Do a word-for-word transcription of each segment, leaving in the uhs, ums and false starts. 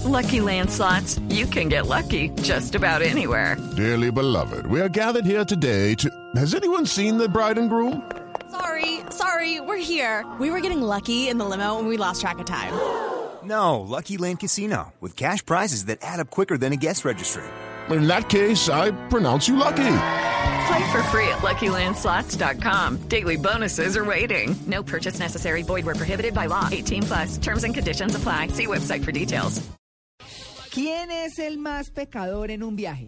Lucky Land Slots, you can get lucky just about anywhere. Dearly beloved, we are gathered here today to... Has anyone seen the bride and groom? Sorry, sorry, we're here. We were getting lucky in the limo and we lost track of time. No, Lucky Land Casino, with cash prizes that add up quicker than a guest registry. In that case, I pronounce you lucky. Play for free at Lucky Land Slots dot com. Daily bonuses are waiting. No purchase necessary. Void where prohibited by law. eighteen plus. Terms and conditions apply. See website for details. ¿Quién es el más pecador en un viaje?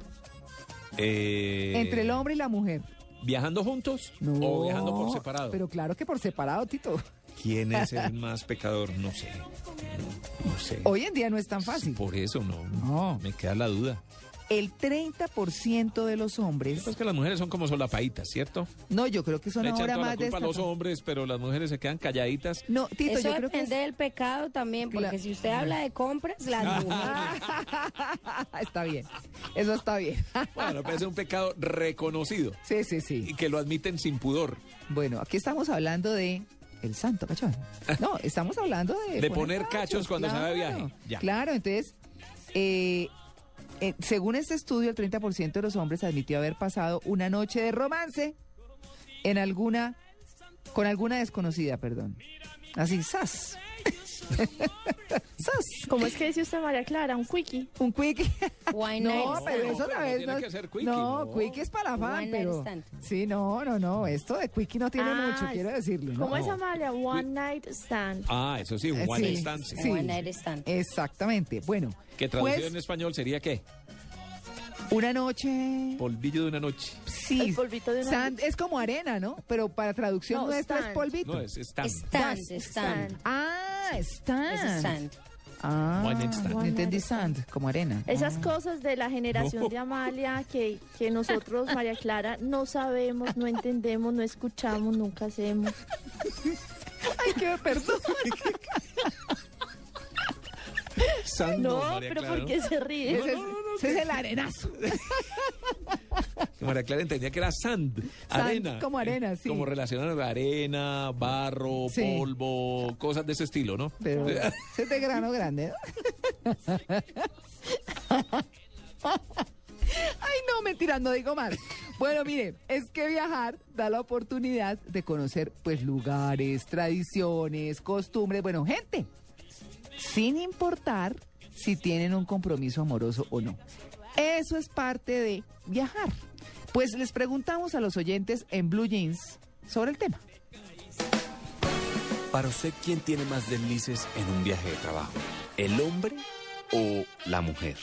Eh, ¿Entre el hombre y la mujer? ¿Viajando juntos No, o viajando por separado? Pero claro que por separado, Tito. ¿Quién es el más pecador? No sé. No, no sé. Hoy en día no es tan fácil. Por eso no, No. Me queda la duda. El treinta por ciento de los hombres... Es que las mujeres son como solapaditas, ¿cierto? No, yo creo que son Le echan ahora toda más la culpa a los destacadas. hombres, pero las mujeres se quedan calladitas. No, Tito, Eso yo creo que es... depende del pecado también, porque Claro. si usted habla de compras, las mujeres... Está bien, eso está bien. Bueno, pero es un pecado reconocido Sí, sí, y sí. que lo admiten sin pudor. Bueno, aquí estamos hablando de... El santo cachón. No, estamos hablando de... De poner cachos cuando se va de viaje. Ya. Claro, entonces... Eh, eh, según este estudio, el treinta por ciento de los hombres admitió haber pasado una noche de romance en alguna... Con alguna desconocida, perdón. Así, ¡zas! ¡Zas! ¿Cómo es que dice usted, María Clara? ¿Un quickie? Un quickie. One No, night pero stand. eso pero la no vez tiene que ser quickie, no, no. quickie es para la fan, One night pero stand. sí, no, no, no, esto de quickie no tiene Ah, mucho, quiero decirle, ¿no? ¿Cómo es, Amalia? One night stand. Ah, eso sí, un Eh, one sí, night stand. sí. sí. One night stand. Exactamente. Bueno, Que traducido pues, en español sería ¿qué? una noche, Polvillo de una noche. sí, El polvito de una sand es como arena, ¿no? Pero para traducción No, nuestra es stand. polvito. No, es stand. Stand, Das- stand. Ah, Es stand. stand. Ah, One night stand. no One entendí night sand, como arena. Esas Ah. cosas de la generación No. de Amalia que, que nosotros, María Clara, no sabemos, no entendemos, no escuchamos, nunca hacemos. Ay, qué perdón. Stand, No, María pero Clara, ¿por qué se ríe? Ese es, ese es el arenazo. Que María Clara entendía que era sand, arena. como arena, sí. Como relacionado a arena, barro, Sí. polvo, cosas de ese estilo, ¿no? Pero ese es de grano grande, ¿no? Ay, no, mentira, no digo más. Bueno, mire, es que viajar da la oportunidad de conocer, pues, lugares, tradiciones, costumbres, bueno, gente, sin importar si tienen un compromiso amoroso o no. Eso es parte de viajar. Pues les preguntamos a los oyentes en Blue Jeans sobre el tema. Para usted, ¿quién tiene más deslices en un viaje de trabajo? ¿El hombre o la mujer?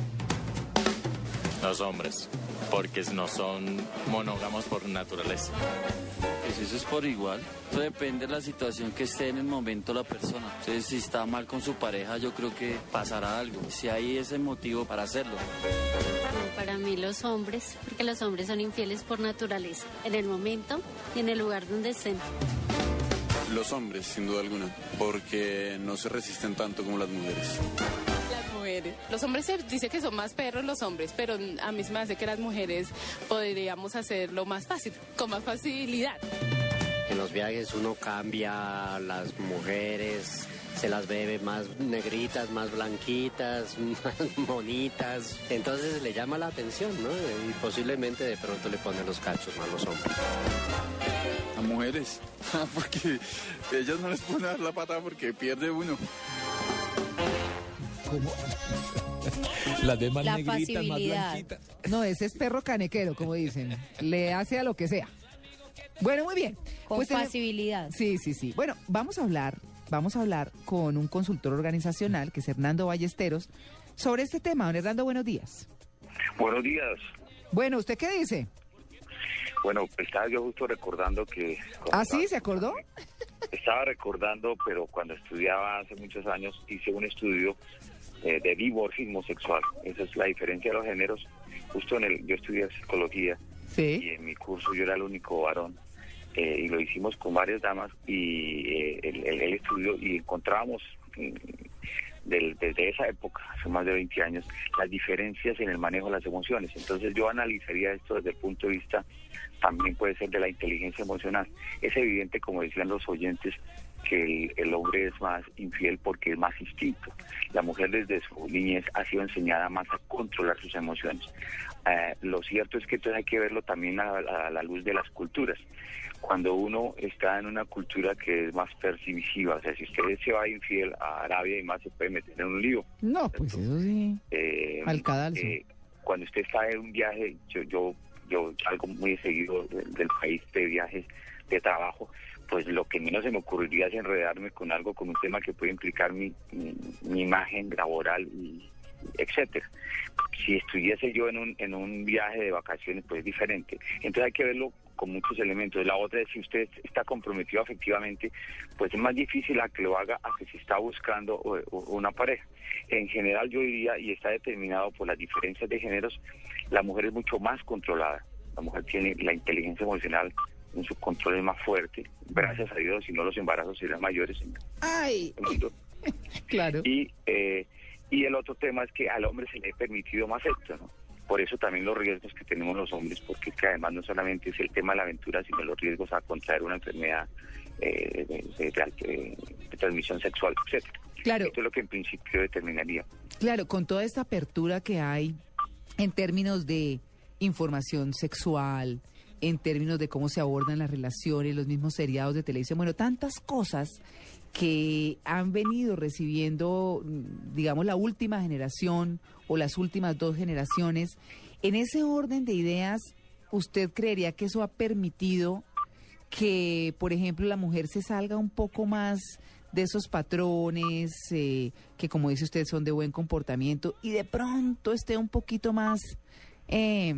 Los hombres, porque no son monógamos por naturaleza. Pues eso es por igual. Eso depende de la situación que esté en el momento la persona. Entonces, si está mal con su pareja, yo creo que pasará algo. Si hay ese motivo para hacerlo. No, para mí los hombres, porque los hombres son infieles por naturaleza, en el momento y en el lugar donde estén. Los hombres, sin duda alguna, porque no se resisten tanto como las mujeres. Las mujeres. Los hombres se dice que son más perros los hombres, pero a mí se me hace que las mujeres podríamos hacerlo más fácil, con más facilidad. En los viajes uno cambia, las mujeres se las ve más negritas, más blanquitas, más bonitas. Entonces le llama la atención, ¿no? Y posiblemente de pronto le pone los cachos más los hombres. A mujeres, porque ellas no les pueden dar la pata porque pierde uno. ¿Cómo? Las demás La negritas, más pasibilidad. blanquitas. No, ese es perro canequero, como dicen. Le hace a lo que sea. Bueno, muy bien. Con Pues tenem- pasibilidad. Sí, sí, sí. Bueno, vamos a hablar, vamos a hablar con un consultor organizacional, que es Hernando Ballesteros, sobre este tema. Don Hernando, buenos días. Buenos días. Bueno, ¿usted qué dice? Bueno, estaba yo justo recordando que... ¿Ah, sí? ¿Se acordó? Estaba recordando, pero cuando estudiaba hace muchos años, hice un estudio eh, de dimorfismo sexual. Esa es la diferencia de los géneros. Justo en el... Yo estudié psicología. Sí. Y en mi curso yo era el único varón. Eh, y lo hicimos con varias damas y eh, el, el, el estudio y encontrábamos mm, del, desde esa época, hace más de veinte años, las diferencias en el manejo de las emociones. Entonces yo analizaría esto desde el punto de vista, también puede ser de la inteligencia emocional. Es evidente, como decían los oyentes, que el, el hombre es más infiel porque es más instinto. La mujer desde su niñez ha sido enseñada más a controlar sus emociones. Eh, lo cierto es que esto hay que verlo también a, a la luz de las culturas. Cuando uno está en una cultura que es más permisiva, o sea, si usted se va infiel a Arabia y más se puede meter en un lío. No, pues eso sí. Eh, Al cadalso. eh, cuando usted está en un viaje, yo yo yo salgo muy seguido del, del país de viajes de trabajo, pues lo que menos se me ocurriría es enredarme con algo, con un tema que puede implicar mi, mi, mi imagen laboral, y etcétera. Si estuviese yo en un en un viaje de vacaciones, pues es diferente. Entonces hay que verlo con muchos elementos. La otra es, si usted está comprometido afectivamente, pues es más difícil a que lo haga a que se está buscando o, o, una pareja. En general yo diría, y está determinado por las diferencias de géneros, la mujer es mucho más controlada. La mujer tiene la inteligencia emocional en su control es más fuerte. Gracias a Dios, si no los embarazos serían mayores en Ay. el mundo. Claro. Y, eh, y el otro tema es que al hombre se le ha permitido más esto, ¿no? Por eso también los riesgos que tenemos los hombres, porque es que además no solamente es el tema de la aventura, sino los riesgos a contraer una enfermedad eh, de, de, de, de transmisión sexual, etcétera. Claro. Esto es lo que en principio determinaría. Claro, con toda esta apertura que hay en términos de información sexual, en términos de cómo se abordan las relaciones, los mismos seriados de televisión, bueno, tantas cosas que han venido recibiendo, digamos, la última generación o las últimas dos generaciones. En ese orden de ideas, ¿usted creería que eso ha permitido que, por ejemplo, la mujer se salga un poco más de esos patrones eh, que, como dice usted, son de buen comportamiento y de pronto esté un poquito más eh,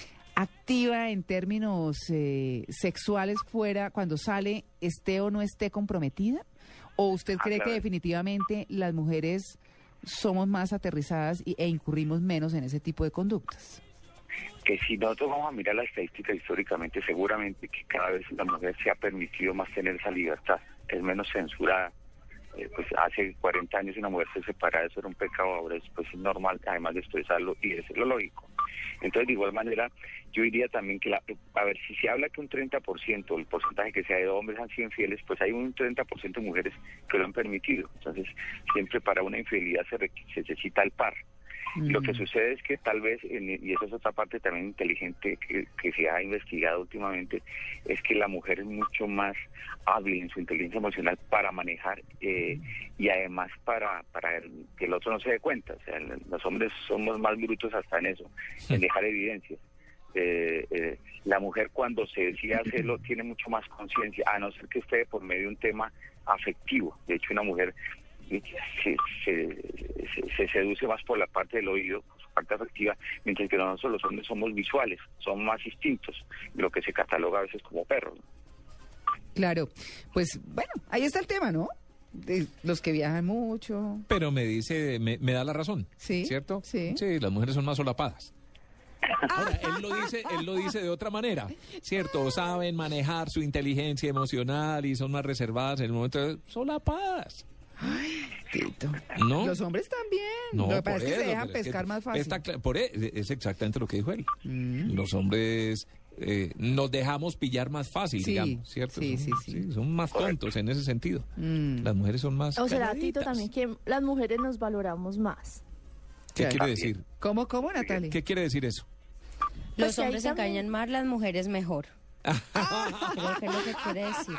activa en términos eh, sexuales fuera, cuando sale, esté o no esté comprometida? ¿O usted Ah, cree claro. que definitivamente las mujeres somos más aterrizadas y, e incurrimos menos en ese tipo de conductas? Que si nosotros vamos a mirar la estadística históricamente, seguramente que cada vez la mujer se ha permitido más tener esa libertad, es menos censurada. Eh, pues hace cuarenta años una mujer se separara, eso era un pecado, ahora es, pues, es normal, además de expresarlo y de ser lo lógico. Entonces, de igual manera, yo diría también que, la, a ver, si se habla que un treinta por ciento, el porcentaje que sea de hombres han sido infieles, pues hay un treinta por ciento de mujeres que lo han permitido. Entonces, siempre para una infidelidad se, requ- se necesita el par. Mm. Lo que sucede es que tal vez, en- y eso es otra parte también inteligente que, que se ha investigado últimamente, es que la mujer es mucho más hábil en su inteligencia emocional para manejar eh, y además para, para el- que el otro no se dé cuenta. O sea, los hombres somos más brutos hasta en eso, en dejar evidencias. Eh, eh, la mujer cuando se decide hacerlo tiene mucho más conciencia, a no ser que esté por medio de un tema afectivo. De hecho, una mujer se, se, se, se seduce más por la parte del oído, por su parte afectiva, mientras que nosotros los hombres somos visuales, somos más instintos, lo que se cataloga a veces como perros, ¿no? Claro, pues bueno, ahí está el tema, ¿no? De los que viajan mucho. Pero me dice, me, me da la razón, Sí, ¿cierto? sí. Sí, las mujeres son más solapadas. Ahora, él lo dice, él lo dice de otra manera, ¿cierto? Saben manejar su inteligencia emocional y son más reservadas en el momento de solapadas. Tito. ¿No? Los hombres también. No, Lo que por pasa es que se eso, dejan pero es que pescar más fácil. está cla- por e- es exactamente lo que dijo él. Mm. Los hombres eh, nos dejamos pillar más fácil, Sí, digamos, ¿cierto? sí, son, sí, sí. son más tontos en ese sentido. Mm. Las mujeres son más O será, calladitas. Tito, también que las mujeres nos valoramos más. ¿Qué Claro. quiere decir? ¿Cómo, cómo, Natalia? ¿Qué quiere decir eso? Los Pues que ahí hombres también- engañan más, las mujeres mejor. Creo que es lo que quiere decir.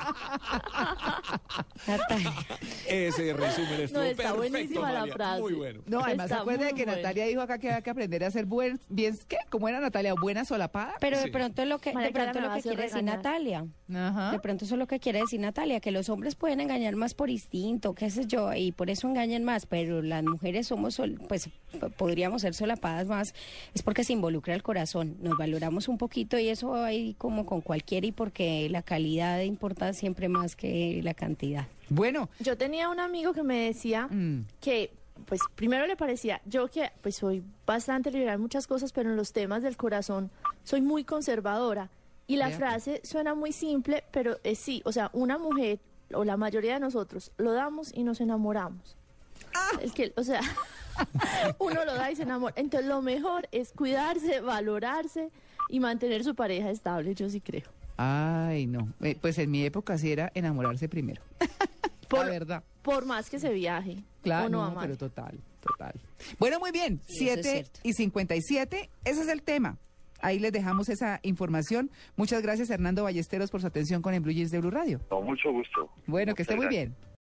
Natalia. Ese resumen estuvo No, está perfecto, buenísima la María. frase. Muy bueno. No, además se Está acuerda de muy que bueno. Natalia dijo acá que había que aprender a hacer buen, bien, ¿qué? ¿Cómo era, Natalia? ¿Buena solapada? Pero de Sí. pronto lo que, María de Clara pronto me lo va a que hacer quiere decir regañar. Natalia. Ajá. De pronto eso es lo que quiere decir Natalia, que los hombres pueden engañar más por instinto, qué sé yo, y por eso engañan más, pero las mujeres somos, sol- pues p- podríamos ser solapadas más, es porque se involucra el corazón, nos valoramos un poquito y eso hay como con cualquiera y porque la calidad importa siempre más que la cantidad. Bueno, Yo tenía un amigo que me decía mm, que, pues, primero le parecía, yo que, pues, soy bastante liberal en muchas cosas, pero en los temas del corazón soy muy conservadora. Y la Vea. frase suena muy simple, pero es sí, o sea, una mujer, o la mayoría de nosotros, lo damos y nos enamoramos. Es que, o sea, uno lo da y se enamora. Entonces, lo mejor es cuidarse, valorarse y mantener su pareja estable, yo sí creo. ay, no. Eh, pues en mi época sí era enamorarse primero. Por, la verdad. Por más que se viaje. Claro, o no, no, va mal. pero total, total. Bueno, muy bien, Sí, eso es siete cierto. y cincuenta y siete, ese es el tema. Ahí les dejamos esa información. Muchas gracias, Hernando Ballesteros, por su atención con el Blue Jeans de Blue Radio. Con mucho gusto. Bueno, que esté Muchas muy gracias. bien.